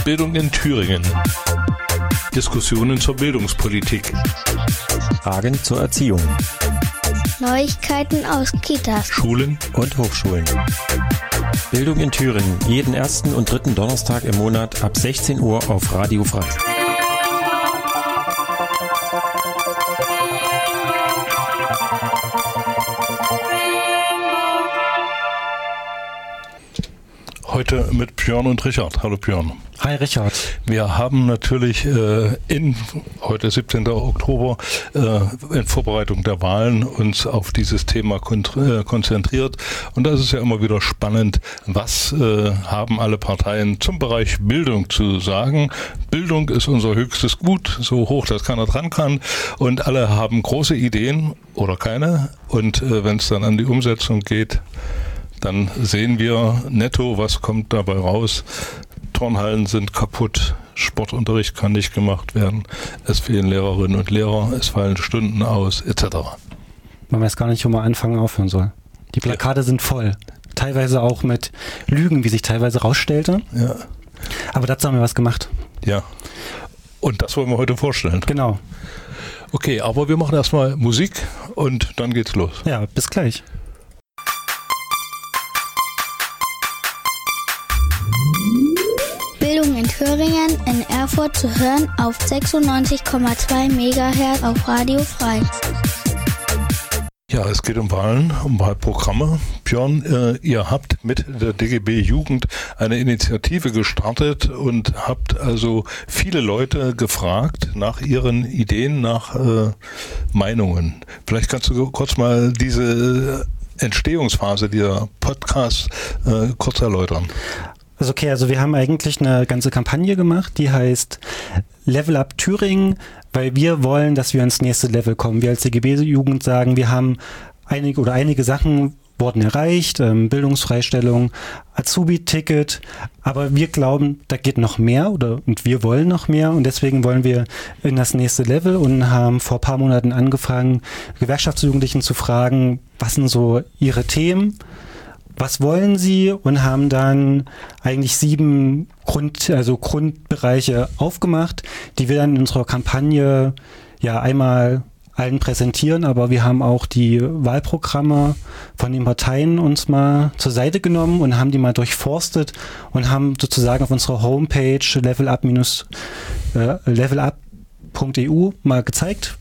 Bildung in Thüringen. Diskussionen zur Bildungspolitik. Fragen zur Erziehung. Neuigkeiten aus Kitas, Schulen und Hochschulen. Bildung in Thüringen, jeden ersten und dritten Donnerstag im Monat ab 16 Uhr auf Radio Frei. Heute mit Björn und Richard. Hallo Björn. Hi Richard. Wir haben natürlich heute 17. Oktober in Vorbereitung der Wahlen uns auf dieses Thema konzentriert. Und das ist ja immer wieder spannend, was haben alle Parteien zum Bereich Bildung zu sagen. Bildung ist unser höchstes Gut, so hoch, dass keiner dran kann. Und alle haben große Ideen oder keine. Und wenn es dann an die Umsetzung geht, dann sehen wir netto, was kommt dabei raus. Turnhallen sind kaputt, Sportunterricht kann nicht gemacht werden, es fehlen Lehrerinnen und Lehrer, es fallen Stunden aus, etc. Man weiß gar nicht, wo man anfangen aufhören soll. Die Plakate sind voll. Teilweise auch mit Lügen, wie sich teilweise rausstellte. Ja. Aber dazu haben wir was gemacht. Ja. Und das wollen wir heute vorstellen. Genau. Okay, aber wir machen erstmal Musik und dann geht's los. Ja, bis gleich. Bildung in Thüringen in Erfurt zu hören auf 96,2 MHz auf Radio Frei. Ja, es geht um Wahlen, um Wahlprogramme. Björn, ihr habt mit der DGB Jugend eine Initiative gestartet und habt also viele Leute gefragt nach ihren Ideen, nach Meinungen. Vielleicht kannst du kurz mal diese Entstehungsphase dieser Podcast kurz erläutern. Also wir haben eigentlich eine ganze Kampagne gemacht, die heißt Level Up Thüringen, weil wir wollen, dass wir ins nächste Level kommen. Wir als DGB-Jugend sagen, wir haben einige Sachen wurden erreicht, Bildungsfreistellung, Azubi-Ticket, aber wir glauben, da geht noch mehr und wir wollen noch mehr und deswegen wollen wir in das nächste Level und haben vor ein paar Monaten angefangen, Gewerkschaftsjugendlichen zu fragen, was sind so ihre Themen? Was wollen Sie? Und haben dann eigentlich 7 Grundbereiche aufgemacht, die wir dann in unserer Kampagne ja einmal allen präsentieren, aber wir haben auch die Wahlprogramme von den Parteien uns mal zur Seite genommen und haben die mal durchforstet und haben sozusagen auf unserer Homepage levelup.eu mal gezeigt,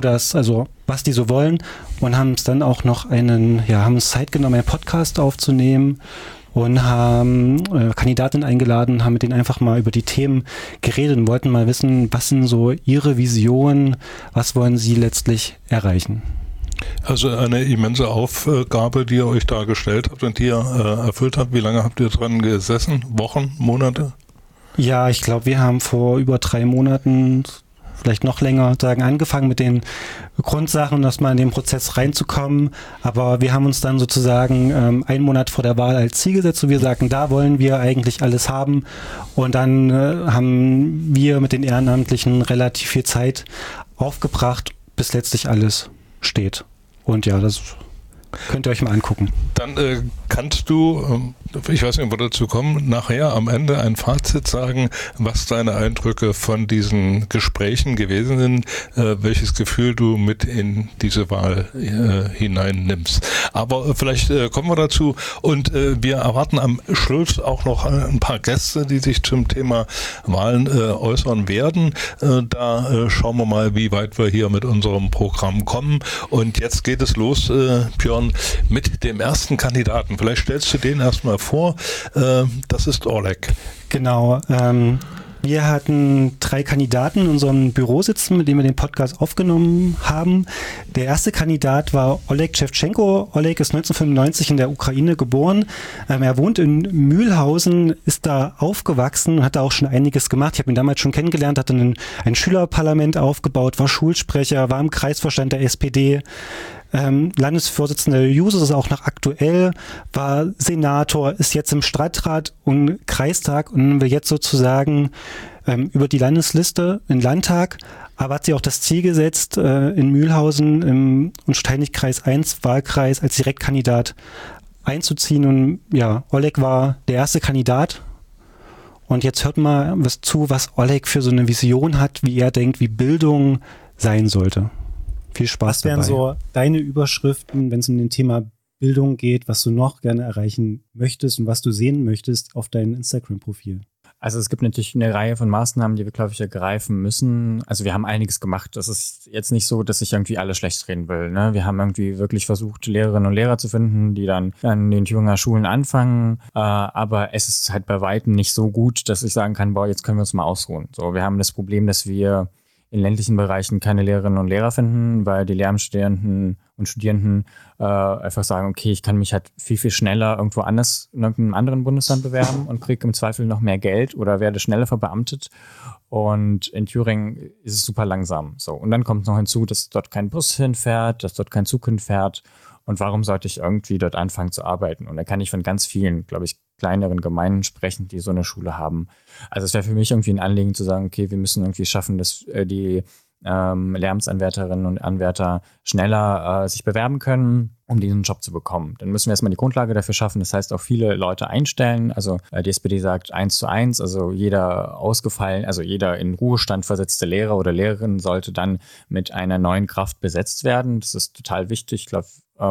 was die so wollen und haben es dann auch noch haben uns Zeit genommen, einen Podcast aufzunehmen und haben Kandidatinnen eingeladen, haben mit denen einfach mal über die Themen geredet und wollten mal wissen, was sind so ihre Visionen, was wollen sie letztlich erreichen. Also eine immense Aufgabe, die ihr euch da gestellt habt und die ihr erfüllt habt. Wie lange habt ihr dran gesessen? Wochen, Monate? Ja, ich glaube, wir haben vor über 3 Monaten vielleicht noch länger angefangen mit den Grundsachen, dass mal in den Prozess reinzukommen. Aber wir haben uns dann sozusagen einen Monat vor der Wahl als Ziel gesetzt und wir sagten, da wollen wir eigentlich alles haben. Und dann haben wir mit den Ehrenamtlichen relativ viel Zeit aufgebracht, bis letztlich alles steht. Und ja, das könnt ihr euch mal angucken. Dann kannst du, ich weiß nicht, ob wir dazu kommen, nachher am Ende ein Fazit sagen, was deine Eindrücke von diesen Gesprächen gewesen sind, welches Gefühl du mit in diese Wahl hineinnimmst. Aber vielleicht kommen wir dazu und wir erwarten am Schluss auch noch ein paar Gäste, die sich zum Thema Wahlen äußern werden. Da schauen wir mal, wie weit wir hier mit unserem Programm kommen. Und jetzt geht es los, Björn, mit dem ersten Kandidaten. Vielleicht stellst du den erstmal vor. Das ist Oleg. Genau. Wir hatten 3 Kandidaten in unserem Büro sitzen, mit denen wir den Podcast aufgenommen haben. Der erste Kandidat war Oleg Schewtschenko. Oleg ist 1995 in der Ukraine geboren. Er wohnt in Mühlhausen, ist da aufgewachsen und hat da auch schon einiges gemacht. Ich habe ihn damals schon kennengelernt, hatte ein Schülerparlament aufgebaut, war Schulsprecher, war im Kreisvorstand der SPD. Landesvorsitzender der Jusos, ist auch noch aktuell, war Senator, ist jetzt im Stadtrat und Kreistag und will jetzt sozusagen über die Landesliste in den Landtag, aber hat sich auch das Ziel gesetzt, in Mühlhausen im Unsteinigkreis 1 Wahlkreis als Direktkandidat einzuziehen und ja, Oleg war der erste Kandidat Und jetzt hört mal was zu, was Oleg für so eine Vision hat, wie er denkt, wie Bildung sein sollte. Viel Spaß dabei. Was wären so deine Überschriften, wenn es um den Thema Bildung geht, was du noch gerne erreichen möchtest und was du sehen möchtest auf deinem Instagram-Profil? Also es gibt natürlich eine Reihe von Maßnahmen, die wir, glaube ich, ergreifen müssen. Also wir haben einiges gemacht. Das ist jetzt nicht so, dass ich irgendwie alle schlecht reden will. Ne? Wir haben irgendwie wirklich versucht, Lehrerinnen und Lehrer zu finden, die dann an den Thüringer Schulen anfangen. Aber es ist halt bei weitem nicht so gut, dass ich sagen kann, boah, jetzt können wir uns mal ausruhen. So, wir haben das Problem, dass wir in ländlichen Bereichen keine Lehrerinnen und Lehrer finden, weil die Lehramtsstudenten und Studierenden einfach sagen, okay, ich kann mich halt viel, viel schneller irgendwo anders in irgendeinem anderen Bundesland bewerben und kriege im Zweifel noch mehr Geld oder werde schneller verbeamtet. Und in Thüringen ist es super langsam. So. Und dann kommt noch hinzu, dass dort kein Bus hinfährt, dass dort kein Zug hinfährt. Und warum sollte ich irgendwie dort anfangen zu arbeiten? Und da kann ich von ganz vielen, glaube ich, kleineren Gemeinden sprechen, die so eine Schule haben. Also es wäre für mich irgendwie ein Anliegen zu sagen, okay, wir müssen irgendwie schaffen, dass die Lehramtsanwärterinnen und Anwärter schneller sich bewerben können, um diesen Job zu bekommen. Dann müssen wir erstmal die Grundlage dafür schaffen. Das heißt, auch viele Leute einstellen. Also die SPD sagt 1:1, also jeder ausgefallen, also jeder in Ruhestand versetzte Lehrer oder Lehrerin sollte dann mit einer neuen Kraft besetzt werden. Das ist total wichtig. Ich glaube,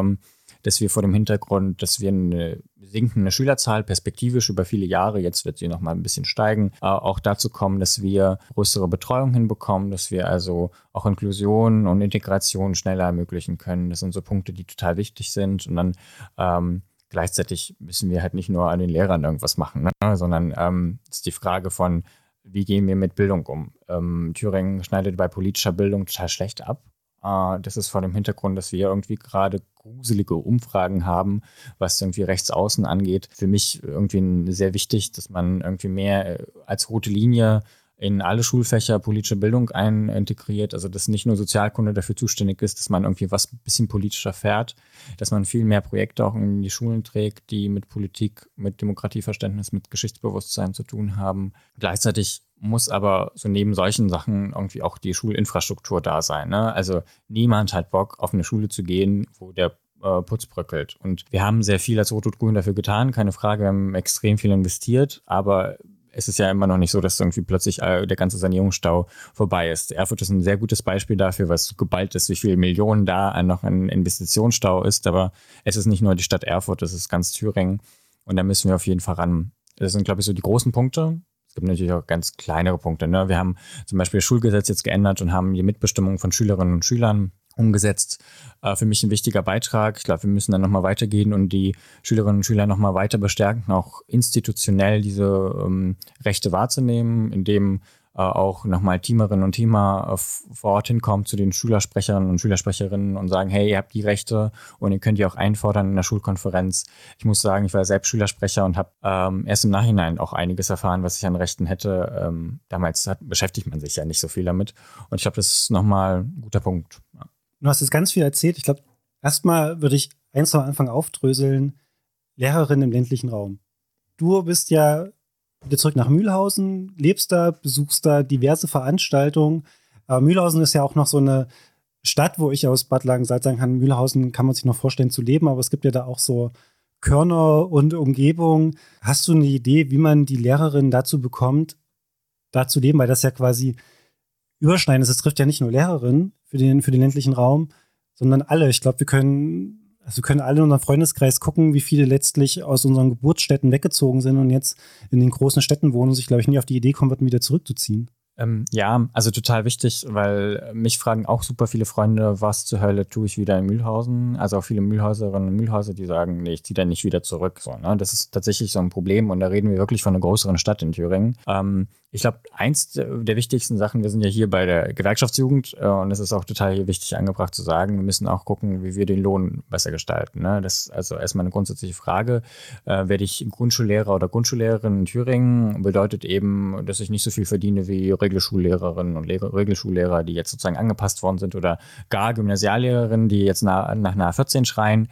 dass wir vor dem Hintergrund, dass wir eine sinkende Schülerzahl perspektivisch über viele Jahre, jetzt wird sie noch mal ein bisschen steigen, auch dazu kommen, dass wir größere Betreuung hinbekommen, dass wir also auch Inklusion und Integration schneller ermöglichen können. Das sind so Punkte, die total wichtig sind. Und dann gleichzeitig müssen wir halt nicht nur an den Lehrern irgendwas machen, ne? Sondern ist die Frage von, wie gehen wir mit Bildung um? Thüringen schneidet bei politischer Bildung total schlecht ab. Das ist vor dem Hintergrund, dass wir irgendwie gerade gruselige Umfragen haben, was irgendwie Rechtsaußen angeht. Für mich irgendwie sehr wichtig, dass man irgendwie mehr als rote Linie in alle Schulfächer politische Bildung integriert. Also dass nicht nur Sozialkunde dafür zuständig ist, dass man irgendwie was ein bisschen politischer fährt, dass man viel mehr Projekte auch in die Schulen trägt, die mit Politik, mit Demokratieverständnis, mit Geschichtsbewusstsein zu tun haben. Gleichzeitig muss aber so neben solchen Sachen irgendwie auch die Schulinfrastruktur da sein. Ne? Also niemand hat Bock, auf eine Schule zu gehen, wo der Putz bröckelt. Und wir haben sehr viel als Rot und Grün dafür getan, keine Frage, wir haben extrem viel investiert, aber es ist ja immer noch nicht so, dass irgendwie plötzlich der ganze Sanierungsstau vorbei ist. Erfurt ist ein sehr gutes Beispiel dafür, was geballt ist, wie viele Millionen da noch ein Investitionsstau ist, aber es ist nicht nur die Stadt Erfurt, es ist ganz Thüringen und da müssen wir auf jeden Fall ran. Das sind, glaube ich, so die großen Punkte. Es gibt natürlich auch ganz kleinere Punkte. Ne? Wir haben zum Beispiel das Schulgesetz jetzt geändert und haben die Mitbestimmung von Schülerinnen und Schülern umgesetzt. Für mich ein wichtiger Beitrag. Ich glaube, wir müssen dann nochmal weitergehen und die Schülerinnen und Schüler nochmal weiter bestärken, auch institutionell diese Rechte wahrzunehmen, indem auch nochmal Teamerinnen und Teamer vor Ort hinkommen zu den Schülersprecherinnen und Schülersprecherinnen und sagen, hey, ihr habt die Rechte und ihr könnt die auch einfordern in der Schulkonferenz. Ich muss sagen, ich war selbst Schülersprecher und habe erst im Nachhinein auch einiges erfahren, was ich an Rechten hätte. Damals beschäftigt man sich ja nicht so viel damit und ich glaube, das ist nochmal ein guter Punkt. Ja. Du hast jetzt ganz viel erzählt. Ich glaube, erstmal würde ich eins am Anfang aufdröseln. Lehrerin im ländlichen Raum. Du bist ja wieder zurück nach Mühlhausen, lebst da, besuchst da diverse Veranstaltungen. Aber Mühlhausen ist ja auch noch so eine Stadt, wo ich aus Bad Langensalz sagen kann, Mühlhausen kann man sich noch vorstellen zu leben, aber es gibt ja da auch so Körner und Umgebung. Hast du eine Idee, wie man die Lehrerin dazu bekommt, da zu leben? Weil das ja quasi überschneidend ist. Es trifft ja nicht nur Lehrerinnen für den ländlichen Raum, sondern alle. Ich glaube, wir können alle in unserem Freundeskreis gucken, wie viele letztlich aus unseren Geburtsstätten weggezogen sind und jetzt in den großen Städten wohnen und sich, glaube ich, nie auf die Idee kommen würden, wieder zurückzuziehen. Ja, also total wichtig, weil mich fragen auch super viele Freunde, was zur Hölle tue ich wieder in Mühlhausen? Also auch viele Mühlhäuserinnen und Mühlhäuser, die sagen, nee, ich ziehe da nicht wieder zurück. So, ne? Das ist tatsächlich so ein Problem und da reden wir wirklich von einer größeren Stadt in Thüringen. Ich glaube, eins der wichtigsten Sachen, wir sind ja hier bei der Gewerkschaftsjugend und es ist auch total hier wichtig angebracht zu sagen, wir müssen auch gucken, wie wir den Lohn besser gestalten. Ne? Das ist also erstmal eine grundsätzliche Frage. Werde ich Grundschullehrer oder Grundschullehrerin in Thüringen, bedeutet eben, dass ich nicht so viel verdiene wie Regelschullehrerinnen und Regelschullehrer, die jetzt sozusagen angepasst worden sind oder gar Gymnasiallehrerinnen, die jetzt nach einer 14 schreien.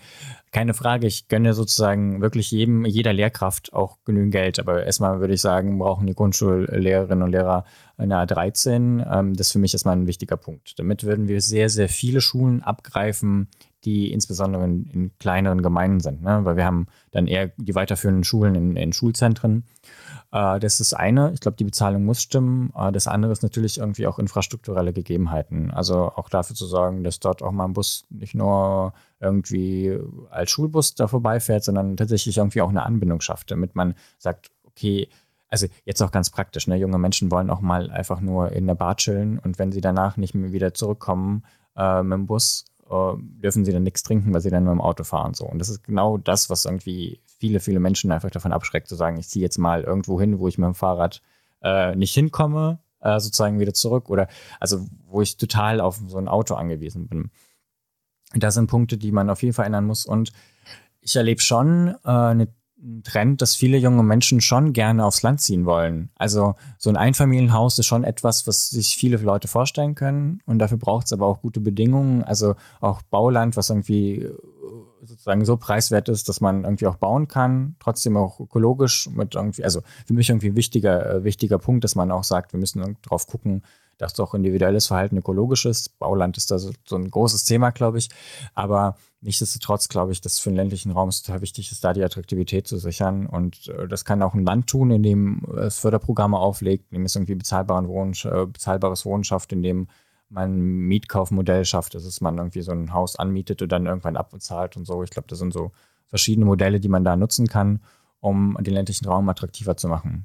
keine Frage, ich gönne sozusagen wirklich jeder Lehrkraft auch genügend Geld. Aber erstmal würde ich sagen, brauchen die Grundschullehrerinnen und Lehrer eine A13. Das ist für mich erstmal ein wichtiger Punkt. Damit würden wir sehr, sehr viele Schulen abgreifen, die insbesondere in kleineren Gemeinden sind. Ne? Weil wir haben dann eher die weiterführenden Schulen in Schulzentren. Das ist eine. Ich glaube, die Bezahlung muss stimmen. Das andere ist natürlich irgendwie auch infrastrukturelle Gegebenheiten. Also auch dafür zu sorgen, dass dort auch mal ein Bus nicht nur irgendwie als Schulbus da vorbeifährt, sondern tatsächlich irgendwie auch eine Anbindung schafft, damit man sagt, okay, also jetzt auch ganz praktisch, ne? Junge Menschen wollen auch mal einfach nur in der Bar chillen und wenn sie danach nicht mehr wieder zurückkommen mit dem Bus, dürfen sie dann nichts trinken, weil sie dann nur im Auto fahren. So. Und das ist genau das, was irgendwie viele, viele Menschen einfach davon abschreckt, zu sagen, ich ziehe jetzt mal irgendwo hin, wo ich mit dem Fahrrad nicht hinkomme, sozusagen wieder zurück oder also wo ich total auf so ein Auto angewiesen bin. Das sind Punkte, die man auf jeden Fall ändern muss. Und ich erlebe schon einen Trend, dass viele junge Menschen schon gerne aufs Land ziehen wollen. Also so ein Einfamilienhaus ist schon etwas, was sich viele Leute vorstellen können. Und dafür braucht es aber auch gute Bedingungen. Also auch Bauland, was irgendwie sozusagen so preiswert ist, dass man irgendwie auch bauen kann. Trotzdem auch ökologisch mit irgendwie, also für mich irgendwie ein wichtiger Punkt, dass man auch sagt, wir müssen drauf gucken, dass doch individuelles Verhalten ökologisch ist. Bauland ist da so ein großes Thema, glaube ich. Aber nichtsdestotrotz glaube ich, dass für den ländlichen Raum es total wichtig ist, da die Attraktivität zu sichern. Und das kann auch ein Land tun, indem es Förderprogramme auflegt, indem es irgendwie bezahlbares Wohnen schafft, indem man ein Mietkaufmodell schafft, dass man irgendwie so ein Haus anmietet und dann irgendwann abbezahlt und so. Ich glaube, das sind so verschiedene Modelle, die man da nutzen kann, um den ländlichen Raum attraktiver zu machen.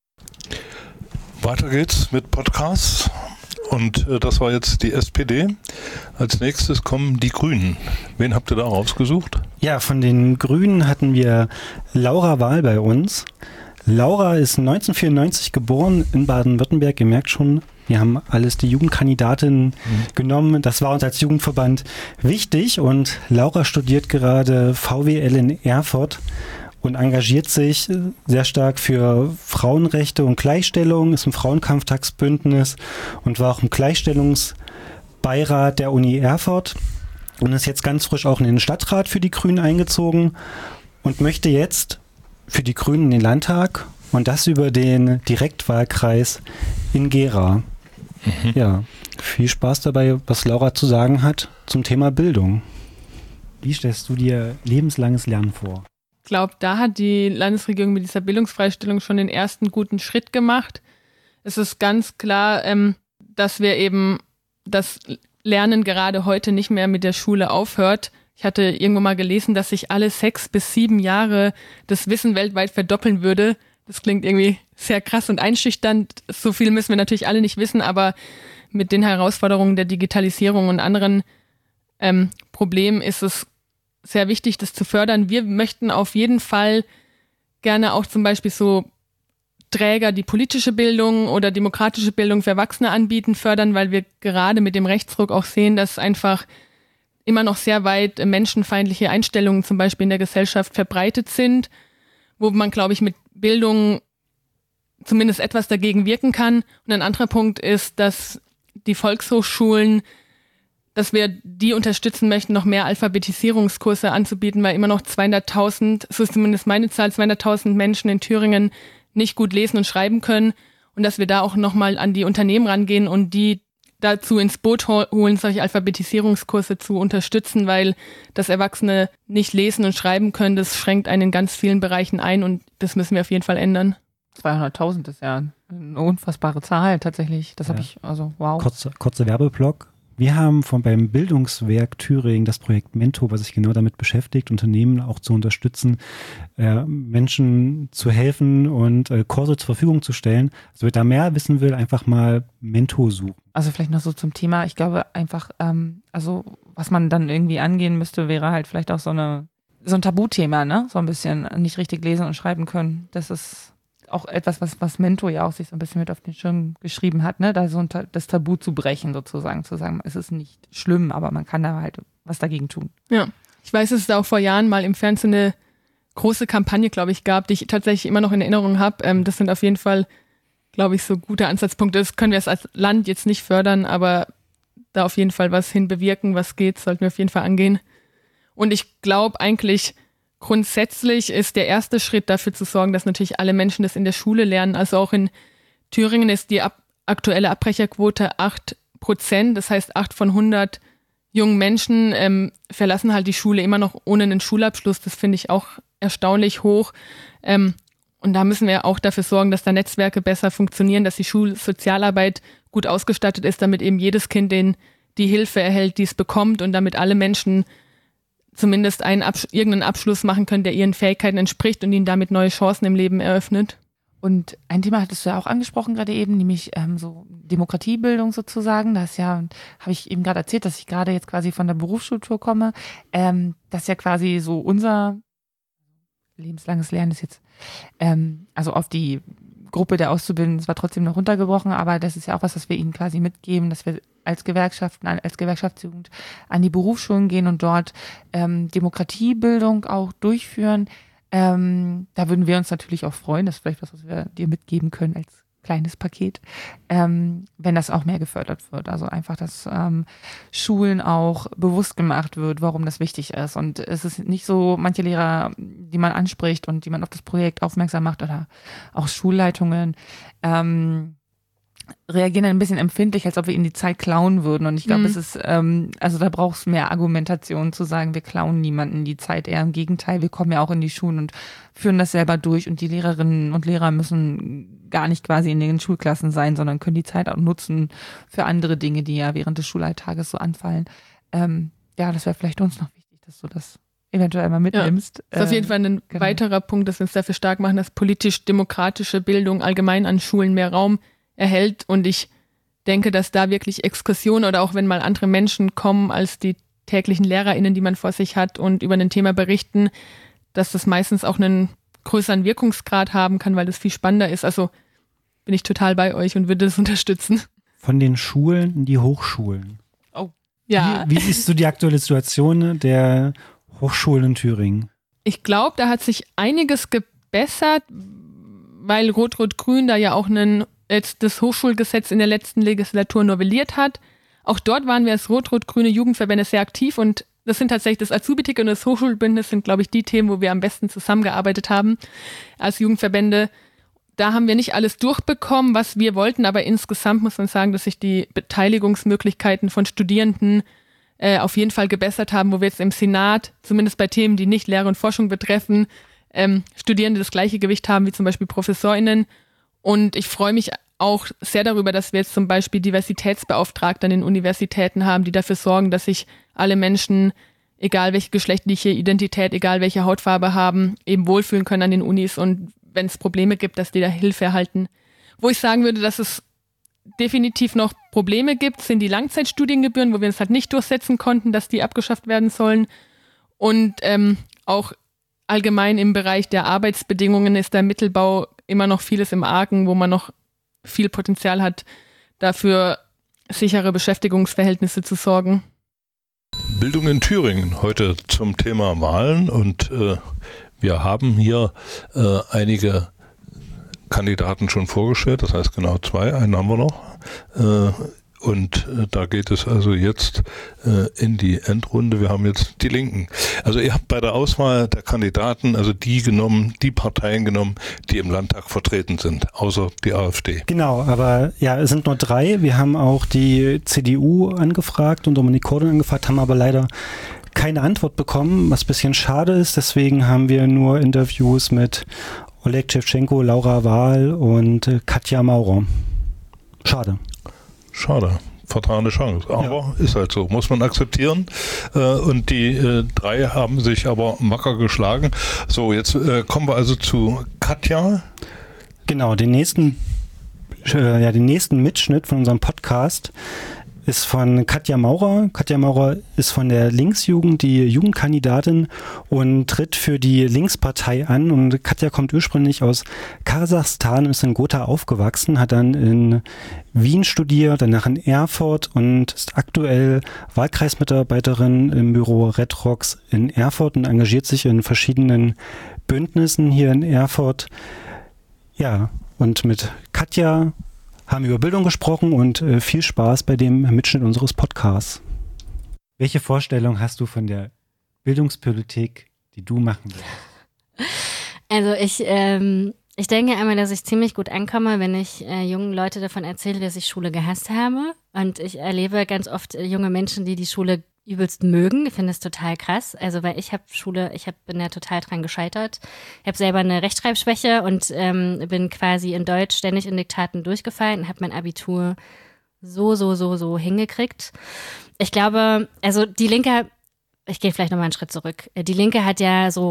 Weiter geht's mit Podcasts und das war jetzt die SPD. Als nächstes kommen die Grünen. Wen habt ihr da rausgesucht? Ja, von den Grünen hatten wir Laura Wahl bei uns. Laura ist 1994 geboren in Baden-Württemberg. Ihr merkt schon, wir haben alles die Jugendkandidatin genommen. Das war uns als Jugendverband wichtig und Laura studiert gerade VWL in Erfurt und engagiert sich sehr stark für Frauenrechte und Gleichstellung, ist im Frauenkampftagsbündnis und war auch im Gleichstellungsbeirat der Uni Erfurt und ist jetzt ganz frisch auch in den Stadtrat für die Grünen eingezogen und möchte jetzt für die Grünen in den Landtag und das über den Direktwahlkreis in Gera. Ja, viel Spaß dabei, was Laura zu sagen hat zum Thema Bildung. Wie stellst du dir lebenslanges Lernen vor? Ich glaube, da hat die Landesregierung mit dieser Bildungsfreistellung schon den ersten guten Schritt gemacht. Es ist ganz klar, dass wir eben das Lernen gerade heute nicht mehr mit der Schule aufhört. Ich hatte irgendwo mal gelesen, dass sich alle 6 bis 7 Jahre das Wissen weltweit verdoppeln würde. Das klingt irgendwie sehr krass und einschüchternd. So viel müssen wir natürlich alle nicht wissen, aber mit den Herausforderungen der Digitalisierung und anderen Problemen ist es sehr wichtig, das zu fördern. Wir möchten auf jeden Fall gerne auch zum Beispiel so Träger, die politische Bildung oder demokratische Bildung für Erwachsene anbieten, fördern, weil wir gerade mit dem Rechtsruck auch sehen, dass einfach immer noch sehr weit menschenfeindliche Einstellungen zum Beispiel in der Gesellschaft verbreitet sind, wo man, glaube ich, mit Bildung zumindest etwas dagegen wirken kann. Und ein anderer Punkt ist, dass die Volkshochschulen, dass wir die unterstützen möchten, noch mehr Alphabetisierungskurse anzubieten, weil immer noch 200.000, so ist zumindest meine Zahl, 200.000 Menschen in Thüringen nicht gut lesen und schreiben können und dass wir da auch nochmal an die Unternehmen rangehen und die dazu ins Boot holen, solche Alphabetisierungskurse zu unterstützen, weil das Erwachsene nicht lesen und schreiben können, das schränkt einen in ganz vielen Bereichen ein und das müssen wir auf jeden Fall ändern. 200.000 ist ja eine unfassbare Zahl tatsächlich. Das habe ich, also wow. Kurzer Werbeblock. Wir haben beim Bildungswerk Thüringen das Projekt Mento, was sich genau damit beschäftigt, Unternehmen auch zu unterstützen, Menschen zu helfen und Kurse zur Verfügung zu stellen. Also wer da mehr wissen will, einfach mal Mento suchen. Also vielleicht noch so zum Thema, ich glaube einfach, also was man dann irgendwie angehen müsste, wäre halt vielleicht auch so ein Tabuthema, ne? So ein bisschen nicht richtig lesen und schreiben können. Das ist auch etwas, was Mento ja auch sich so ein bisschen mit auf den Schirm geschrieben hat, ne? Da so das Tabu zu brechen sozusagen, zu sagen, es ist nicht schlimm, aber man kann da halt was dagegen tun. Ja, ich weiß, dass es da auch vor Jahren mal im Fernsehen eine große Kampagne, glaube ich, gab, die ich tatsächlich immer noch in Erinnerung habe. Das sind auf jeden Fall, glaube ich, so gute Ansatzpunkte. Das können wir als Land jetzt nicht fördern, aber da auf jeden Fall was hinbewirken, was geht, sollten wir auf jeden Fall angehen. Und ich glaube eigentlich, grundsätzlich ist der erste Schritt dafür zu sorgen, dass natürlich alle Menschen das in der Schule lernen. Also auch in Thüringen ist die aktuelle Abbrecherquote 8%. Das heißt, 8 von 100 jungen Menschen verlassen halt die Schule immer noch ohne einen Schulabschluss. Das finde ich auch erstaunlich hoch. Und da müssen wir auch dafür sorgen, dass da Netzwerke besser funktionieren, dass die Schulsozialarbeit gut ausgestattet ist, damit eben jedes Kind die Hilfe erhält, die es bekommt und damit alle Menschen zumindest irgendeinen Abschluss machen können, der ihren Fähigkeiten entspricht und ihnen damit neue Chancen im Leben eröffnet. Und ein Thema hattest du ja auch angesprochen gerade eben, nämlich so Demokratiebildung sozusagen. Das ja, habe ich eben gerade erzählt, dass ich gerade jetzt quasi von der Berufsschultour komme. Das ja quasi so unser lebenslanges Lernen ist jetzt, also auf die Gruppe der Auszubildenden, es war trotzdem noch runtergebrochen, aber das ist ja auch was wir ihnen quasi mitgeben, dass wir als Gewerkschaften, als Gewerkschaftsjugend an die Berufsschulen gehen und dort Demokratiebildung auch durchführen. Da würden wir uns natürlich auch freuen, das ist vielleicht was wir dir mitgeben können als kleines Paket, wenn das auch mehr gefördert wird. Also einfach, dass Schulen auch bewusst gemacht wird, warum das wichtig ist. Und es ist nicht so, manche Lehrer, die man anspricht und die man auf das Projekt aufmerksam macht oder auch Schulleitungen, reagieren ein bisschen empfindlich, als ob wir ihnen die Zeit klauen würden. Und ich glaube, es ist, also da braucht es mehr Argumentation zu sagen, wir klauen niemanden die Zeit. Eher im Gegenteil, wir kommen ja auch in die Schulen und führen das selber durch. Und die Lehrerinnen und Lehrer müssen gar nicht quasi in den Schulklassen sein, sondern können die Zeit auch nutzen für andere Dinge, die ja während des Schulalltages so anfallen. Ja, das wäre vielleicht uns noch wichtig, dass du das eventuell mal mitnimmst. Ja, das ist auf jeden Fall ein weiterer Punkt, dass wir uns dafür stark machen, dass politisch-demokratische Bildung allgemein an Schulen mehr Raum erhält. Und ich denke, dass da wirklich Exkursionen oder auch wenn mal andere Menschen kommen als die täglichen LehrerInnen, die man vor sich hat und über ein Thema berichten, dass das meistens auch einen größeren Wirkungsgrad haben kann, weil das viel spannender ist. Also bin ich total bei euch und würde das unterstützen. Von den Schulen in die Hochschulen. Oh. Ja. Wie siehst du die aktuelle Situation der Hochschulen in Thüringen? Ich glaube, da hat sich einiges gebessert, weil Rot-Rot-Grün da ja auch das Hochschulgesetz in der letzten Legislatur novelliert hat. Auch dort waren wir als Rot-Rot-Grüne Jugendverbände sehr aktiv und das sind tatsächlich das Azubi-Ticket und das Hochschulbündnis sind, glaube ich, die Themen, wo wir am besten zusammengearbeitet haben als Jugendverbände. Da haben wir nicht alles durchbekommen, was wir wollten, aber insgesamt muss man sagen, dass sich die Beteiligungsmöglichkeiten von Studierenden auf jeden Fall gebessert haben, wo wir jetzt im Senat, zumindest bei Themen, die nicht Lehre und Forschung betreffen, Studierende das gleiche Gewicht haben wie zum Beispiel ProfessorInnen. Und ich freue mich auch sehr darüber, dass wir jetzt zum Beispiel Diversitätsbeauftragte an den Universitäten haben, die dafür sorgen, dass sich alle Menschen, egal welche geschlechtliche Identität, egal welche Hautfarbe haben, eben wohlfühlen können an den Unis und wenn es Probleme gibt, dass die da Hilfe erhalten. Wo ich sagen würde, dass es definitiv noch Probleme gibt, sind die Langzeitstudiengebühren, wo wir es halt nicht durchsetzen konnten, dass die abgeschafft werden sollen. Und auch allgemein im Bereich der Arbeitsbedingungen ist der Mittelbau immer noch vieles im Argen, wo man noch viel Potenzial hat, dafür sichere Beschäftigungsverhältnisse zu sorgen. Bildung in Thüringen, heute zum Thema Wahlen und wir haben hier einige Kandidaten schon vorgestellt, das heißt genau 2, einen haben wir noch. Und da geht es also jetzt in die Endrunde. Wir haben jetzt die Linken. Also ihr habt bei der Auswahl der Kandidaten also die Parteien genommen, die im Landtag vertreten sind, außer die AfD. Genau, aber ja, es sind nur 3. Wir haben auch die CDU angefragt und Dominik Kordon angefragt, haben aber leider keine Antwort bekommen, was ein bisschen schade ist. Deswegen haben wir nur Interviews mit Oleg Schewtschenko, Laura Wahl und Katja Maurer. Schade. Vertane Chance. Aber ist halt so, muss man akzeptieren. Und die 3 haben sich aber wacker geschlagen. So, jetzt kommen wir also zu Katja. Genau, den nächsten Mitschnitt von unserem Podcast ist von Katja Maurer. Katja Maurer ist von der Linksjugend, die Jugendkandidatin und tritt für die Linkspartei an. Und Katja kommt ursprünglich aus Kasachstan, ist in Gotha aufgewachsen, hat dann in Wien studiert, danach in Erfurt und ist aktuell Wahlkreismitarbeiterin im Büro Red Rocks in Erfurt und engagiert sich in verschiedenen Bündnissen hier in Erfurt. Ja, und mit Katja haben über Bildung gesprochen und viel Spaß bei dem Mitschnitt unseres Podcasts. Welche Vorstellung hast du von der Bildungspolitik, die du machen willst? Also ich denke einmal, dass ich ziemlich gut ankomme, wenn ich jungen Leute davon erzähle, dass ich Schule gehasst habe. Und ich erlebe ganz oft junge Menschen, die Schule übelst mögen. Ich finde es total krass. Also, weil ich bin ja total dran gescheitert. Ich habe selber eine Rechtschreibschwäche und bin quasi in Deutsch ständig in Diktaten durchgefallen und habe mein Abitur so hingekriegt. Ich glaube, also die Linke, ich gehe vielleicht nochmal einen Schritt zurück. Die Linke hat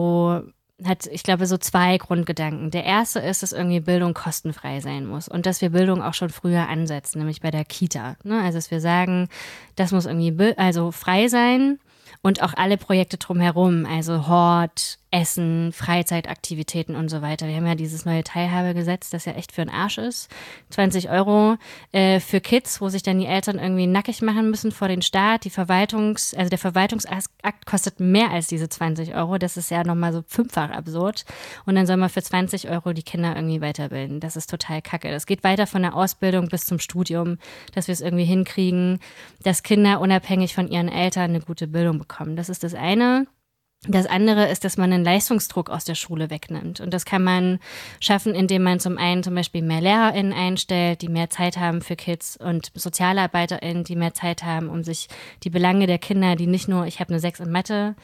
ich glaube, so 2 Grundgedanken. Der erste ist, dass irgendwie Bildung kostenfrei sein muss und dass wir Bildung auch schon früher ansetzen, nämlich bei der Kita. Ne? Also, dass wir sagen, das muss irgendwie frei sein und auch alle Projekte drumherum, also Hort, Essen, Freizeitaktivitäten und so weiter. Wir haben ja dieses neue Teilhabegesetz, das ja echt für den Arsch ist. 20 € für Kids, wo sich dann die Eltern irgendwie nackig machen müssen vor den Staat. Der Verwaltungsakt kostet mehr als diese 20 €. Das ist ja nochmal so 5-fach absurd. Und dann soll man für 20 € die Kinder irgendwie weiterbilden. Das ist total kacke. Das geht weiter von der Ausbildung bis zum Studium, dass wir es irgendwie hinkriegen, dass Kinder unabhängig von ihren Eltern eine gute Bildung bekommen. Das ist das eine. Das andere ist, dass man einen Leistungsdruck aus der Schule wegnimmt. Und das kann man schaffen, indem man zum einen zum Beispiel mehr LehrerInnen einstellt, die mehr Zeit haben für Kids und SozialarbeiterInnen, die mehr Zeit haben, um sich die Belange der Kinder, die nicht nur, ich habe eine 6 in Mathe,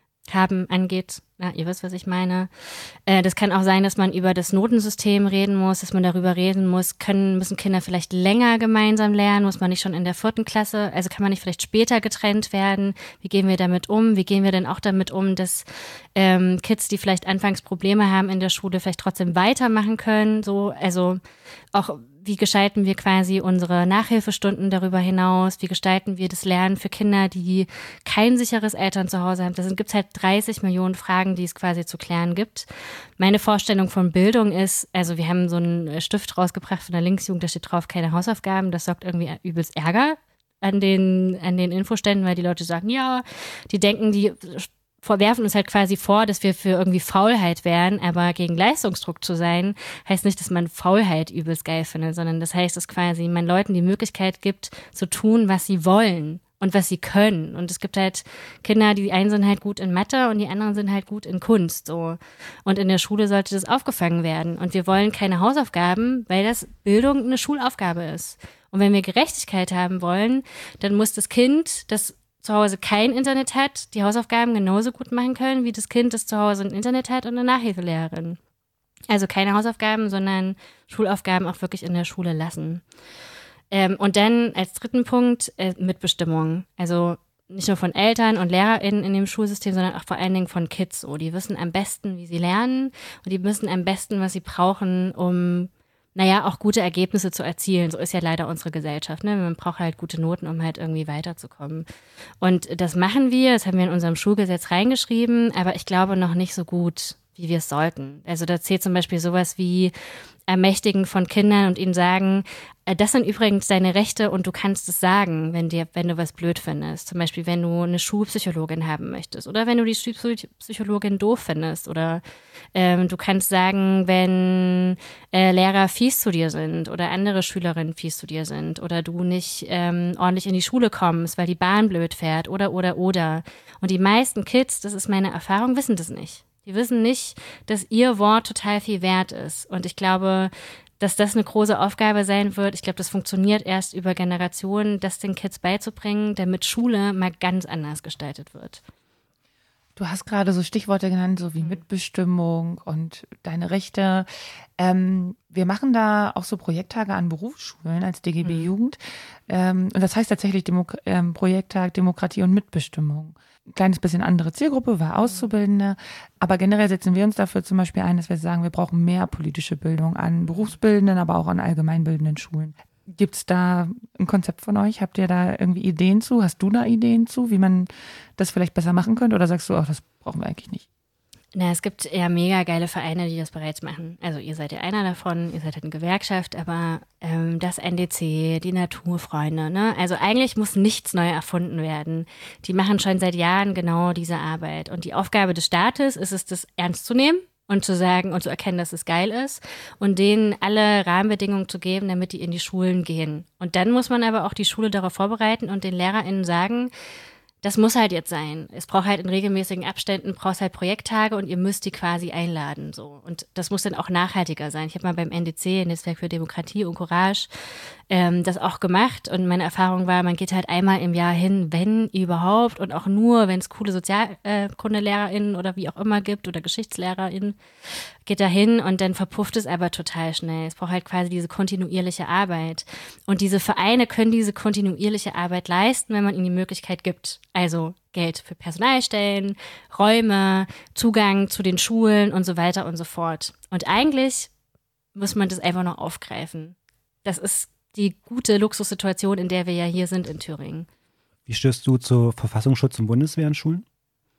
angeht. Ja, ihr wisst, was ich meine. Das kann auch sein, dass man über das Notensystem reden muss, dass man darüber reden muss, müssen Kinder vielleicht länger gemeinsam lernen, muss man nicht schon in der 4. Klasse, also kann man nicht vielleicht später getrennt werden? Wie gehen wir damit um? Wie gehen wir denn auch damit um, dass Kids, die vielleicht anfangs Probleme haben in der Schule, vielleicht trotzdem weitermachen können? So, also auch wie gestalten wir quasi unsere Nachhilfestunden darüber hinaus? Wie gestalten wir das Lernen für Kinder, die kein sicheres Elternzuhause haben? Da gibt es halt 30 Millionen Fragen, die es quasi zu klären gibt. Meine Vorstellung von Bildung ist, also wir haben so einen Stift rausgebracht von der Linksjugend, da steht drauf, keine Hausaufgaben. Das sorgt irgendwie übelst Ärger an den Infoständen, weil die Leute sagen, ja, die denken, die werfen uns halt quasi vor, dass wir für irgendwie Faulheit wären, aber gegen Leistungsdruck zu sein, heißt nicht, dass man Faulheit übelst geil findet, sondern das heißt, dass quasi man Leuten die Möglichkeit gibt, zu tun, was sie wollen und was sie können. Und es gibt halt Kinder, die einen sind halt gut in Mathe und die anderen sind halt gut in Kunst. So. Und in der Schule sollte das aufgefangen werden. Und wir wollen keine Hausaufgaben, weil das Bildung eine Schulaufgabe ist. Und wenn wir Gerechtigkeit haben wollen, dann muss das Kind, das zu Hause kein Internet hat, die Hausaufgaben genauso gut machen können, wie das Kind, das zu Hause ein Internet hat und eine Nachhilfelehrerin. Also keine Hausaufgaben, sondern Schulaufgaben auch wirklich in der Schule lassen. Und dann als 3. Punkt Mitbestimmung. Also nicht nur von Eltern und LehrerInnen in dem Schulsystem, sondern auch vor allen Dingen von Kids. So. Die wissen am besten, wie sie lernen und die wissen am besten, was sie brauchen, um auch gute Ergebnisse zu erzielen. So ist ja leider unsere Gesellschaft. Ne? Man braucht halt gute Noten, um halt irgendwie weiterzukommen. Und das machen wir, das haben wir in unserem Schulgesetz reingeschrieben, aber ich glaube noch nicht so gut, wie wir es sollten. Also da zählt zum Beispiel sowas wie Ermächtigen von Kindern und ihnen sagen, das sind übrigens deine Rechte und du kannst es sagen, wenn du was blöd findest. Zum Beispiel, wenn du eine Schulpsychologin haben möchtest oder wenn du die Schulpsychologin doof findest oder du kannst sagen, wenn Lehrer fies zu dir sind oder andere Schülerinnen fies zu dir sind oder du nicht ordentlich in die Schule kommst, weil die Bahn blöd fährt oder. Und die meisten Kids, das ist meine Erfahrung, wissen das nicht. Die wissen nicht, dass ihr Wort total viel wert ist. Und ich glaube, dass das eine große Aufgabe sein wird. Ich glaube, das funktioniert erst über Generationen, das den Kids beizubringen, damit Schule mal ganz anders gestaltet wird. Du hast gerade so Stichworte genannt, so wie Mitbestimmung und deine Rechte. Wir machen da auch so Projekttage an Berufsschulen als DGB Jugend. Und das heißt tatsächlich Projekttag Demokratie und Mitbestimmung. Ein kleines bisschen andere Zielgruppe, war Auszubildende. Aber generell setzen wir uns dafür zum Beispiel ein, dass wir sagen, wir brauchen mehr politische Bildung an berufsbildenden, aber auch an allgemeinbildenden Schulen. Gibt es da ein Konzept von euch? Habt ihr da irgendwie Ideen zu? Hast du da Ideen zu, wie man das vielleicht besser machen könnte? Oder sagst du, ach, das brauchen wir eigentlich nicht? Na, es gibt ja mega geile Vereine, die das bereits machen. Also ihr seid ja einer davon, ihr seid halt eine Gewerkschaft, aber das NDC, die Naturfreunde, ne? Also eigentlich muss nichts neu erfunden werden. Die machen schon seit Jahren genau diese Arbeit. Und die Aufgabe des Staates ist es, das ernst zu nehmen und zu sagen und zu erkennen, dass es geil ist und denen alle Rahmenbedingungen zu geben, damit die in die Schulen gehen. Und dann muss man aber auch die Schule darauf vorbereiten und den LehrerInnen sagen, das muss halt jetzt sein. Es braucht halt in regelmäßigen Abständen, braucht halt Projekttage und ihr müsst die quasi einladen. So. Und das muss dann auch nachhaltiger sein. Ich habe mal beim NDC, Netzwerk für Demokratie und Courage, das auch gemacht. Und meine Erfahrung war, man geht halt einmal im Jahr hin, wenn überhaupt, und auch nur, wenn es coole SozialkundeLehrerInnen oder wie auch immer gibt oder GeschichtslehrerInnen, geht da hin und dann verpufft es aber total schnell. Es braucht halt quasi diese kontinuierliche Arbeit. Und diese Vereine können diese kontinuierliche Arbeit leisten, wenn man ihnen die Möglichkeit gibt. Also Geld für Personalstellen, Räume, Zugang zu den Schulen und so weiter und so fort. Und eigentlich muss man das einfach noch aufgreifen. Das ist die gute Luxussituation, in der wir ja hier sind in Thüringen. Wie stehst du zu Verfassungsschutz und Bundeswehr in Schulen?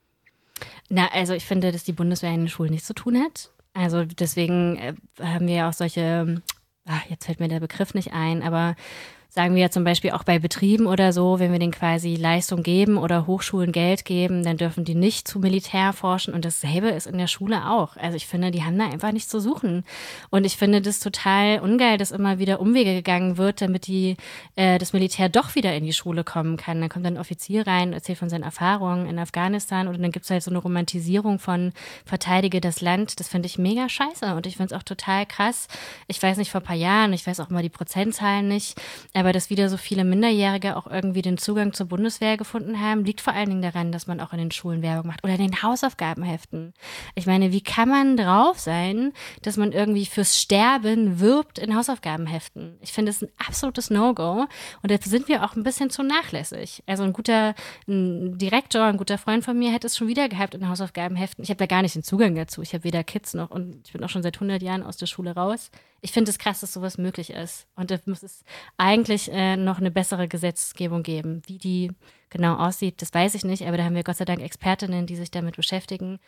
Na, also ich finde, dass die Bundeswehr in den Schulen nichts zu tun hat. Also deswegen haben wir ja auch solche, jetzt fällt mir der Begriff nicht ein, aber sagen wir ja zum Beispiel auch bei Betrieben oder so, wenn wir denen quasi Leistung geben oder Hochschulen Geld geben, dann dürfen die nicht zu Militär forschen und dasselbe ist in der Schule auch. Also ich finde, die haben da einfach nichts zu suchen. Und ich finde das total ungeil, dass immer wieder Umwege gegangen wird, damit das Militär doch wieder in die Schule kommen kann. Dann kommt dann ein Offizier rein, erzählt von seinen Erfahrungen in Afghanistan und dann gibt es halt so eine Romantisierung von verteidige das Land. Das finde ich mega scheiße und ich finde es auch total krass. Ich weiß nicht, vor ein paar Jahren, ich weiß auch immer die Prozentzahlen nicht, aber dass wieder so viele Minderjährige auch irgendwie den Zugang zur Bundeswehr gefunden haben, liegt vor allen Dingen daran, dass man auch in den Schulen Werbung macht oder in den Hausaufgabenheften. Ich meine, wie kann man drauf sein, dass man irgendwie fürs Sterben wirbt in Hausaufgabenheften? Ich finde das ein absolutes No-Go und da sind wir auch ein bisschen zu nachlässig. Also ein Direktor, ein guter Freund von mir hätte es schon wieder gehabt in Hausaufgabenheften. Ich habe da gar nicht den Zugang dazu. Ich habe weder Kids noch und ich bin auch schon seit 100 Jahren aus der Schule raus. Ich finde es krass, dass sowas möglich ist. Und da muss es eigentlich noch eine bessere Gesetzgebung geben. Wie die genau aussieht, das weiß ich nicht. Aber da haben wir Gott sei Dank Expertinnen, die sich damit beschäftigen.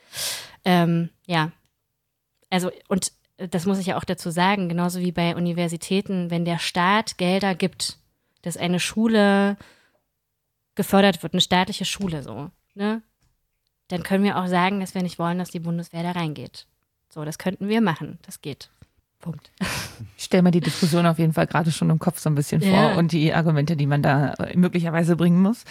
Ja, also und das muss ich ja auch dazu sagen, genauso wie bei Universitäten, wenn der Staat Gelder gibt, dass eine Schule gefördert wird, eine staatliche Schule so, ne? Dann können wir auch sagen, dass wir nicht wollen, dass die Bundeswehr da reingeht. So, das könnten wir machen. Das geht. Punkt. Ich stelle mir die Diskussion auf jeden Fall gerade schon im Kopf so ein bisschen vor und die Argumente, die man da möglicherweise bringen muss.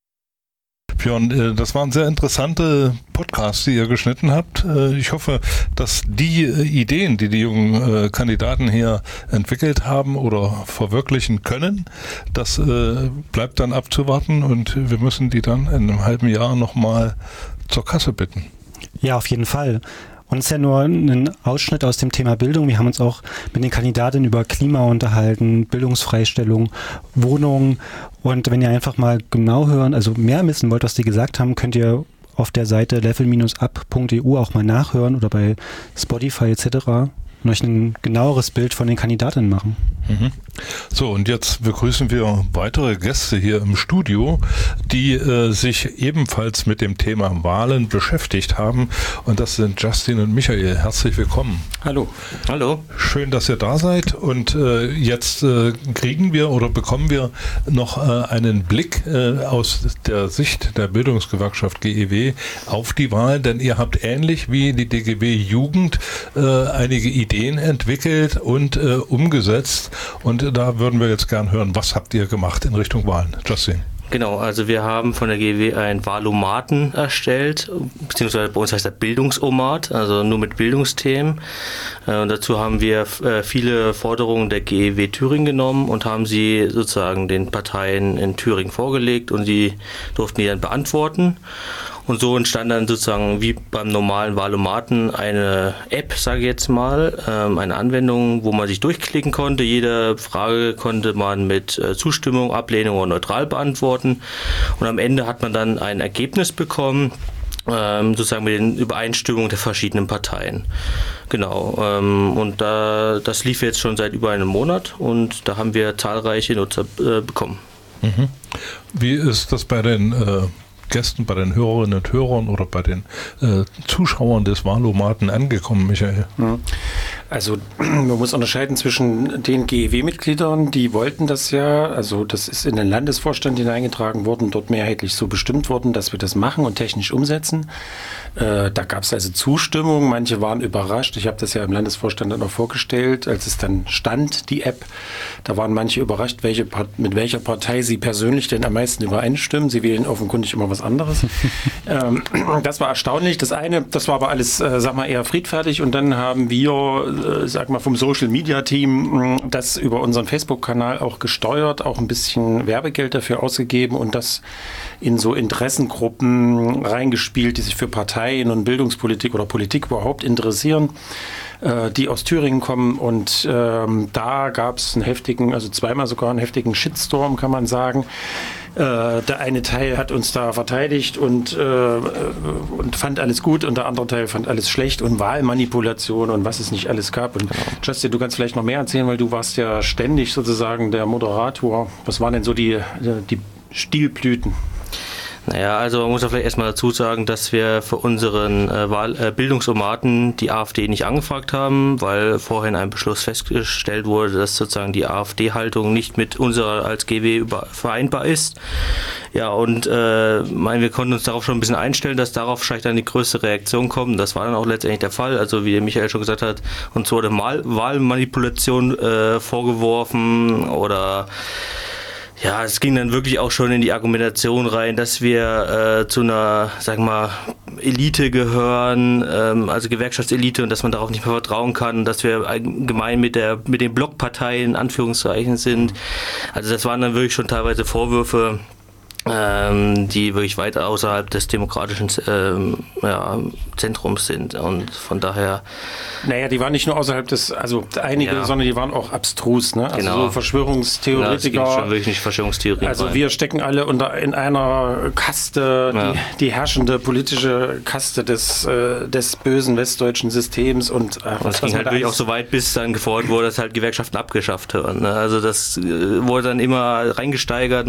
Björn, das waren sehr interessante Podcasts, die ihr geschnitten habt. Ich hoffe, dass die Ideen, die jungen Kandidaten hier entwickelt haben oder verwirklichen können, das bleibt dann abzuwarten und wir müssen die dann in einem halben Jahr nochmal zur Kasse bitten. Ja, auf jeden Fall. Und es ist ja nur ein Ausschnitt aus dem Thema Bildung. Wir haben uns auch mit den Kandidatinnen über Klima unterhalten, Bildungsfreistellung, Wohnungen. Und wenn ihr einfach mal genau hören, also mehr wissen wollt, was die gesagt haben, könnt ihr auf der Seite level-up.eu auch mal nachhören oder bei Spotify etc. und euch ein genaueres Bild von den Kandidatinnen machen. Mhm. So, und jetzt begrüßen wir weitere Gäste hier im Studio, die sich ebenfalls mit dem Thema Wahlen beschäftigt haben. Und das sind Justin und Michael. Herzlich willkommen. Hallo. Hallo. Schön, dass ihr da seid. Und jetzt kriegen wir oder bekommen wir noch einen Blick aus der Sicht der Bildungsgewerkschaft GEW auf die Wahlen, denn ihr habt ähnlich wie die DGB Jugend einige Ideen entwickelt und umgesetzt. Und da würden wir jetzt gern hören, was habt ihr gemacht in Richtung Wahlen? Justin. Genau, also wir haben von der GEW einen Wahlomaten erstellt, beziehungsweise bei uns heißt er Bildungsomat, also nur mit Bildungsthemen. Und dazu haben wir viele Forderungen der GEW Thüringen genommen und haben sie sozusagen den Parteien in Thüringen vorgelegt und die durften die dann beantworten. Und so entstand dann sozusagen wie beim normalen Wahlomaten eine App, sage ich jetzt mal, eine Anwendung, wo man sich durchklicken konnte. Jede Frage konnte man mit Zustimmung, Ablehnung oder neutral beantworten. Und am Ende hat man dann ein Ergebnis bekommen, sozusagen mit den Übereinstimmungen der verschiedenen Parteien. Genau. Und das lief jetzt schon seit über einem Monat und da haben wir zahlreiche Nutzer bekommen. Mhm. Wie ist das bei den Gästen, bei den Hörerinnen und Hörern oder bei den Zuschauern des Wahlomaten angekommen, Michael? Also man muss unterscheiden zwischen den GEW-Mitgliedern, die wollten das ja, also das ist in den Landesvorstand hineingetragen worden, dort mehrheitlich so bestimmt worden, dass wir das machen und technisch umsetzen. Da gab es also Zustimmung, manche waren überrascht. Ich habe das ja im Landesvorstand dann auch vorgestellt, als es dann stand, die App. Da waren manche überrascht, mit welcher Partei sie persönlich denn am meisten übereinstimmen. Sie wählen offenkundig immer was anderes. Das war erstaunlich. Das war aber alles, eher friedfertig. Und dann haben wir, vom Social-Media-Team das über unseren Facebook-Kanal auch gesteuert, auch ein bisschen Werbegeld dafür ausgegeben und das in so Interessengruppen reingespielt, die sich für Parteien und Bildungspolitik oder Politik überhaupt interessieren, die aus Thüringen kommen. Und da gab es zweimal sogar einen heftigen Shitstorm, kann man sagen. Der eine Teil hat uns da verteidigt und fand alles gut und der andere Teil fand alles schlecht und Wahlmanipulation und was es nicht alles gab. Und Justin, du kannst vielleicht noch mehr erzählen, weil du warst ja ständig sozusagen der Moderator. Was waren denn so die Stilblüten? Naja, also man muss ja vielleicht erstmal dazu sagen, dass wir für unseren Bildungsomaten die AfD nicht angefragt haben, weil vorhin ein Beschluss festgestellt wurde, dass sozusagen die AfD-Haltung nicht mit unserer als GW vereinbar ist. Ja, und wir konnten uns darauf schon ein bisschen einstellen, dass darauf wahrscheinlich dann die größte Reaktion kommt. Das war dann auch letztendlich der Fall. Also wie der Michael schon gesagt hat, uns wurde Wahlmanipulation vorgeworfen oder ja, es ging dann wirklich auch schon in die Argumentation rein, dass wir zu einer, Elite gehören, also Gewerkschaftselite und dass man darauf nicht mehr vertrauen kann, dass wir allgemein mit den Blockparteien in Anführungszeichen sind. Also das waren dann wirklich schon teilweise Vorwürfe, die wirklich weit außerhalb des demokratischen Zentrums sind und von daher... Naja, die waren nicht nur außerhalb sondern die waren auch abstrus, ne? Also genau. So Verschwörungstheoretiker. Ja, schon wirklich nicht Verschwörungstheorien. Also wir stecken alle in einer Kaste, die herrschende politische Kaste des bösen westdeutschen Systems und es ging halt wirklich auch so weit, bis dann gefordert wurde, dass halt Gewerkschaften abgeschafft werden. Ne? Also das wurde dann immer reingesteigert.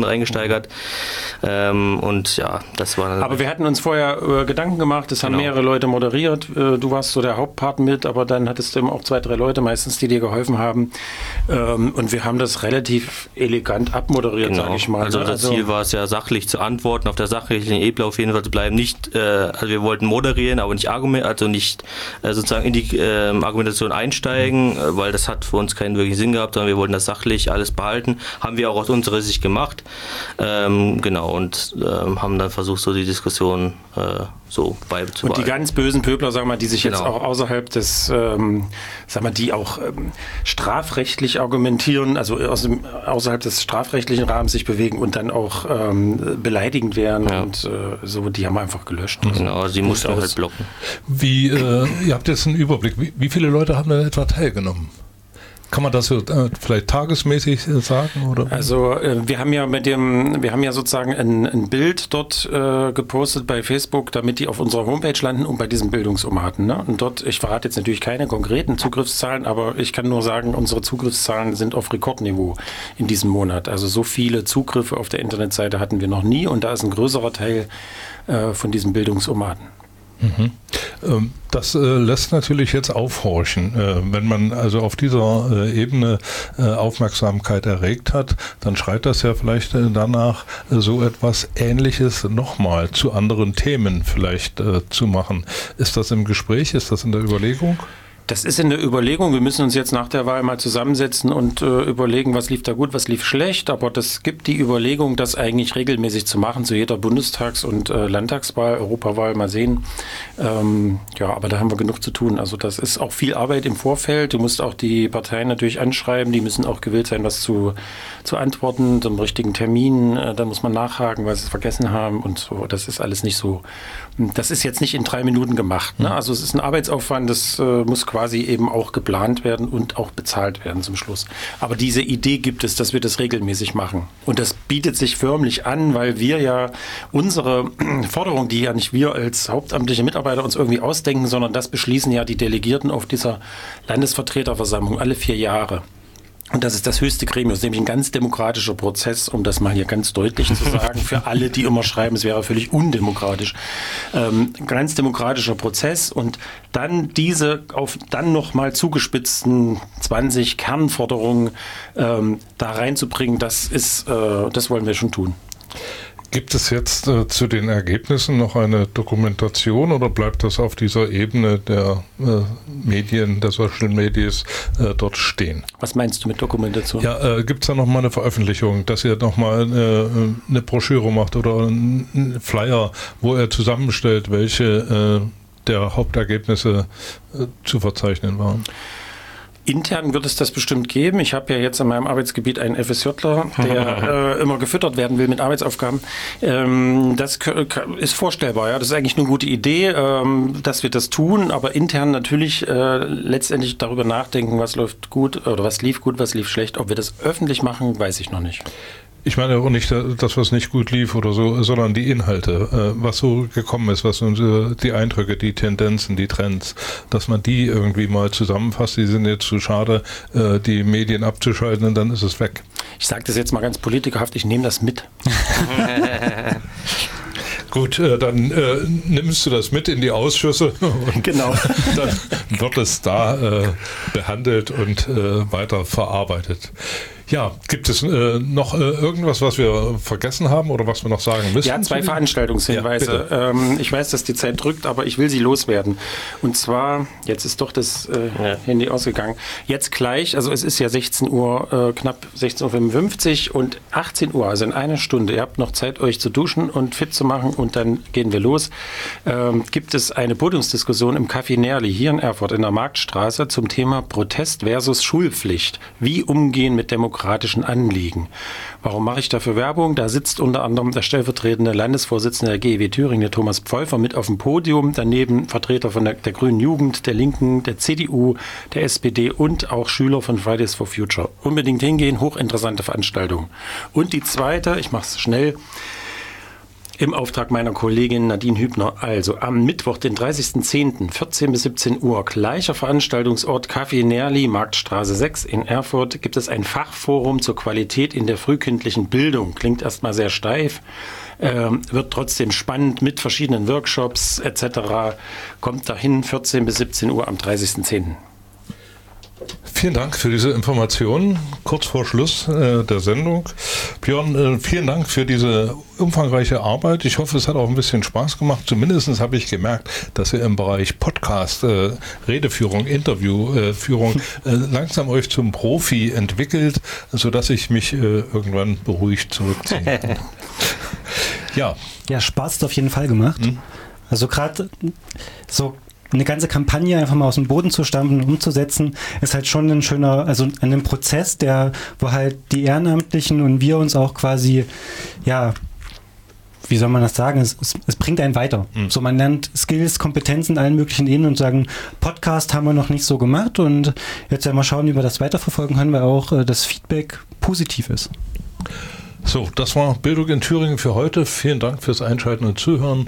Und ja, das war... Aber wir hatten uns vorher Gedanken gemacht, es haben mehrere Leute moderiert. Du warst so der Hauptpart mit, aber dann hattest du immer auch 2, 3 Leute meistens, die dir geholfen haben. Und wir haben das relativ elegant abmoderiert, sage ich mal. Also das Ziel war es ja, sachlich zu antworten, auf der sachlichen Ebene auf jeden Fall zu bleiben. Also wir wollten moderieren, aber nicht sozusagen in die Argumentation einsteigen, weil das hat für uns keinen wirklichen Sinn gehabt, sondern wir wollten das sachlich alles behalten. Haben wir auch aus unserer Sicht gemacht. Und haben dann versucht, so die Diskussion so beizubehalten. Und die ganz bösen Pöbler, die sich jetzt auch außerhalb des, die auch strafrechtlich argumentieren, also außerhalb des strafrechtlichen Rahmens sich bewegen und dann auch beleidigend werden und so, die haben wir einfach gelöscht. Genau, sie mussten halt blocken. Ihr habt jetzt einen Überblick, wie viele Leute haben da etwa teilgenommen? Kann man das vielleicht tagesmäßig sagen? Oder? Also wir haben ja sozusagen ein Bild dort gepostet bei Facebook, damit die auf unserer Homepage landen und bei diesem Bildungsomaten. Ne? Und dort, ich verrate jetzt natürlich keine konkreten Zugriffszahlen, aber ich kann nur sagen, unsere Zugriffszahlen sind auf Rekordniveau in diesem Monat. Also so viele Zugriffe auf der Internetseite hatten wir noch nie und da ist ein größerer Teil von diesem Bildungsomaten. Das lässt natürlich jetzt aufhorchen. Wenn man also auf dieser Ebene Aufmerksamkeit erregt hat, dann schreit das ja vielleicht danach, so etwas Ähnliches nochmal zu anderen Themen vielleicht zu machen. Ist das im Gespräch? Ist das in der Überlegung? Das ist in der Überlegung. Wir müssen uns jetzt nach der Wahl mal zusammensetzen und überlegen, was lief da gut, was lief schlecht. Aber das gibt die Überlegung, das eigentlich regelmäßig zu machen, zu jeder Bundestags- und Landtagswahl, Europawahl, mal sehen. Aber da haben wir genug zu tun. Also das ist auch viel Arbeit im Vorfeld. Du musst auch die Parteien natürlich anschreiben. Die müssen auch gewillt sein, was zu antworten, zum richtigen Termin. Da muss man nachhaken, weil sie es vergessen haben und so. Das ist alles nicht so. Das ist jetzt nicht in 3 Minuten gemacht. Ne? Also es ist ein Arbeitsaufwand, das muss quasi eben auch geplant werden und auch bezahlt werden zum Schluss. Aber diese Idee gibt es, dass wir das regelmäßig machen. Und das bietet sich förmlich an, weil wir ja unsere Forderung, die ja nicht wir als hauptamtliche Mitarbeiter uns irgendwie ausdenken, sondern das beschließen ja die Delegierten auf dieser Landesvertreterversammlung alle 4 Jahre. Und das ist das höchste Gremium, das ist nämlich ein ganz demokratischer Prozess, um das mal hier ganz deutlich zu sagen, für alle, die immer schreiben, es wäre völlig undemokratisch. Ganz demokratischer Prozess und dann diese auf dann nochmal zugespitzten 20 Kernforderungen da reinzubringen, das wollen wir schon tun. Gibt es jetzt zu den Ergebnissen noch eine Dokumentation oder bleibt das auf dieser Ebene der Medien, der Social Medias dort stehen? Was meinst du mit Dokumentation? Ja, gibt es da nochmal eine Veröffentlichung, dass ihr nochmal eine Broschüre macht oder einen Flyer, wo ihr zusammenstellt, welche der Hauptergebnisse zu verzeichnen waren? Intern wird es das bestimmt geben. Ich habe ja jetzt in meinem Arbeitsgebiet einen FSJler, der immer gefüttert werden will mit Arbeitsaufgaben. Das ist vorstellbar, ja. Das ist eigentlich eine gute Idee, dass wir das tun, aber intern natürlich letztendlich darüber nachdenken, was läuft gut oder was lief gut, was lief schlecht. Ob wir das öffentlich machen, weiß ich noch nicht. Ich meine auch nicht das, was nicht gut lief oder so, sondern die Inhalte, was so gekommen ist, was die Eindrücke, die Tendenzen, die Trends, dass man die irgendwie mal zusammenfasst. Die sind jetzt zu schade, die Medien abzuschalten und dann ist es weg. Ich sage das jetzt mal ganz politikerhaft, ich nehme das mit. Gut, dann nimmst du das mit in die Ausschüsse und genau. Dann wird es da behandelt und weiter verarbeitet. Ja, gibt es noch irgendwas, was wir vergessen haben oder was wir noch sagen müssen? Ja, 2 Veranstaltungshinweise. Ja, ich weiß, dass die Zeit drückt, aber ich will sie loswerden. Und zwar, jetzt ist doch das Handy ausgegangen, jetzt gleich, also es ist ja 16 Uhr, knapp 16.55 Uhr und 18 Uhr, also in einer Stunde, ihr habt noch Zeit, euch zu duschen und fit zu machen und dann gehen wir los, gibt es eine Podiumsdiskussion im Café Nerli hier in Erfurt in der Marktstraße zum Thema Protest versus Schulpflicht. Wie umgehen mit demokratischen Anliegen. Warum mache ich dafür Werbung? Da sitzt unter anderem der stellvertretende Landesvorsitzende der GEW Thüringen, der Thomas Pfeuffer, mit auf dem Podium. Daneben Vertreter von der Grünen Jugend, der Linken, der CDU, der SPD und auch Schüler von Fridays for Future. Unbedingt hingehen, hochinteressante Veranstaltung. Und die zweite, ich mache es schnell, im Auftrag meiner Kollegin Nadine Hübner, also am Mittwoch, den 30.10., 14 bis 17 Uhr, gleicher Veranstaltungsort, Café Nerli, Marktstraße 6 in Erfurt, gibt es ein Fachforum zur Qualität in der frühkindlichen Bildung. Klingt erstmal sehr steif, wird trotzdem spannend mit verschiedenen Workshops etc. Kommt dahin, 14 bis 17 Uhr am 30.10. Vielen Dank für diese Informationen, kurz vor Schluss der Sendung. Björn, vielen Dank für diese umfangreiche Arbeit. Ich hoffe, es hat auch ein bisschen Spaß gemacht. Zumindest habe ich gemerkt, dass ihr im Bereich Podcast, Redeführung, Interviewführung langsam euch zum Profi entwickelt, sodass ich mich irgendwann beruhigt zurückziehen kann. Ja, Spaß hat auf jeden Fall gemacht. Also gerade so eine ganze Kampagne einfach mal aus dem Boden zu stampfen und umzusetzen, ist halt schon ein schöner, also ein Prozess, wo halt die Ehrenamtlichen und wir uns auch quasi, ja, wie soll man das sagen, es bringt einen weiter. So, man lernt Skills, Kompetenzen in allen möglichen Ebenen und sagen, Podcast haben wir noch nicht so gemacht und jetzt mal schauen, wie wir das weiterverfolgen können, weil auch das Feedback positiv ist. So, das war Bildung in Thüringen für heute. Vielen Dank fürs Einschalten und Zuhören.